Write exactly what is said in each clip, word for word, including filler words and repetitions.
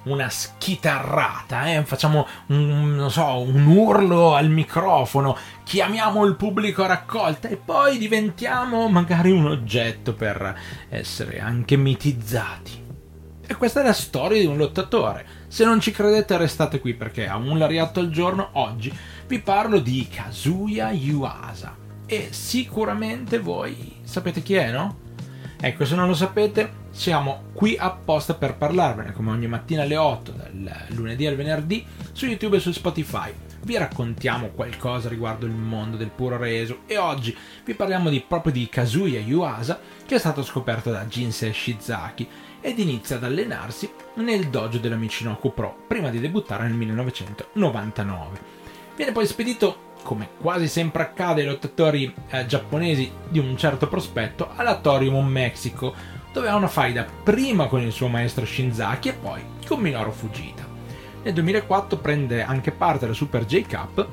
una schitarrata, eh? Facciamo un, non so, un urlo al microfono, chiamiamo il pubblico a raccolta e poi diventiamo magari un oggetto per essere anche mitizzati. E questa è la storia di un lottatore. Se non ci credete restate qui, perché a un lariatto al giorno oggi vi parlo di Kazuya Yuasa. E sicuramente voi sapete chi è, no? Ecco, se non lo sapete, siamo qui apposta per parlarvene, come ogni mattina alle otto, dal lunedì al venerdì, su YouTube e su Spotify. Vi raccontiamo qualcosa riguardo il mondo del puro reso e oggi vi parliamo di, proprio di Kazuya Yuasa, che è stato scoperto da Jinsei Shizaki ed inizia ad allenarsi nel dojo della Michinoku Pro prima di debuttare nel millenovecentonovantanove. Viene poi spedito, come quasi sempre accade ai lottatori eh, giapponesi di un certo prospetto, alla Toriumon Mexico, dove ha una faida prima con il suo maestro Shinzaki e poi con Minoru Fujita. Nel duemilaquattro prende anche parte alla Super J Cup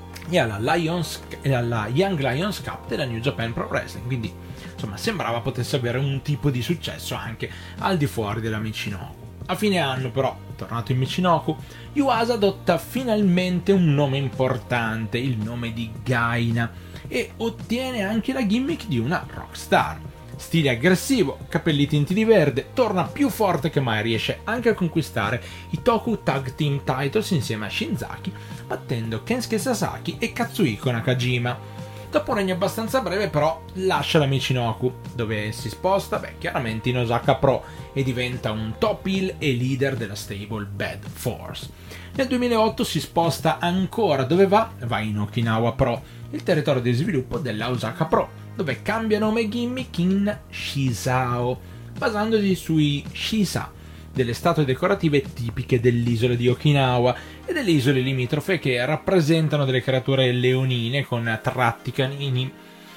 e alla, Lions, e alla Young Lions Cup della New Japan Pro Wrestling, quindi insomma sembrava potesse avere un tipo di successo anche al di fuori della Michinoku. A fine anno però, tornato in Michinoku, Yuasa adotta finalmente un nome importante, il nome di Gaina, e ottiene anche la gimmick di una rockstar. Stile aggressivo, capelli tinti di verde, torna più forte che mai, riesce anche a conquistare i Toku Tag Team Titles insieme a Shinzaki, battendo Kensuke Sasaki e Katsuhiko Nakajima. Dopo un regno abbastanza breve però lascia la Michinoku, dove si sposta, beh, chiaramente in Osaka Pro e diventa un top heel e leader della stable Bad Force. Nel duemilaotto si sposta ancora, dove va? Va in Okinawa Pro, il territorio di sviluppo della Osaka Pro, dove cambia nome e gimmick in Shisao, basandosi sui Shisa, delle statue decorative tipiche dell'isola di Okinawa e delle isole limitrofe che rappresentano delle creature leonine con tratti canini,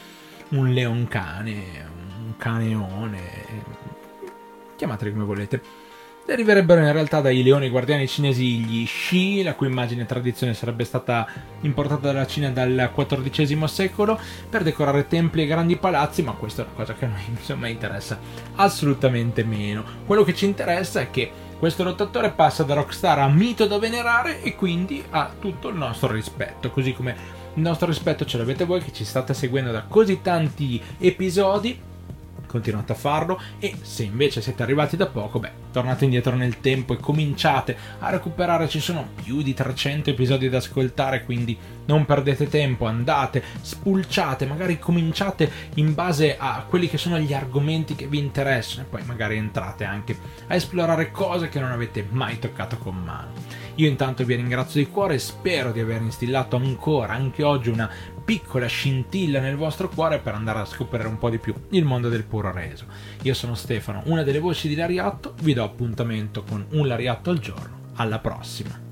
un leoncane, un caneone, chiamateli come volete. Deriverebbero in realtà dai leoni guardiani cinesi gli Shi, la cui immagine e tradizione sarebbe stata importata dalla Cina dal quattordicesimo secolo per decorare templi e grandi palazzi, ma questa è una cosa che a noi insomma interessa assolutamente meno. Quello che ci interessa è che questo lottatore passa da rockstar a mito da venerare e quindi ha tutto il nostro rispetto, così come il nostro rispetto ce l'avete voi che ci state seguendo da così tanti episodi. Continuate a farlo, e se invece siete arrivati da poco, beh, tornate indietro nel tempo e cominciate a recuperare. Ci sono più di trecento episodi da ascoltare, quindi non perdete tempo, andate, spulciate, magari cominciate in base a quelli che sono gli argomenti che vi interessano e poi magari entrate anche a esplorare cose che non avete mai toccato con mano. Io intanto vi ringrazio di cuore e spero di aver instillato ancora, anche oggi, una piccola scintilla nel vostro cuore per andare a scoprire un po' di più il mondo del puro reso. Io sono Stefano, una delle voci di Lariatto, vi do appuntamento con un Lariatto al giorno. Alla prossima!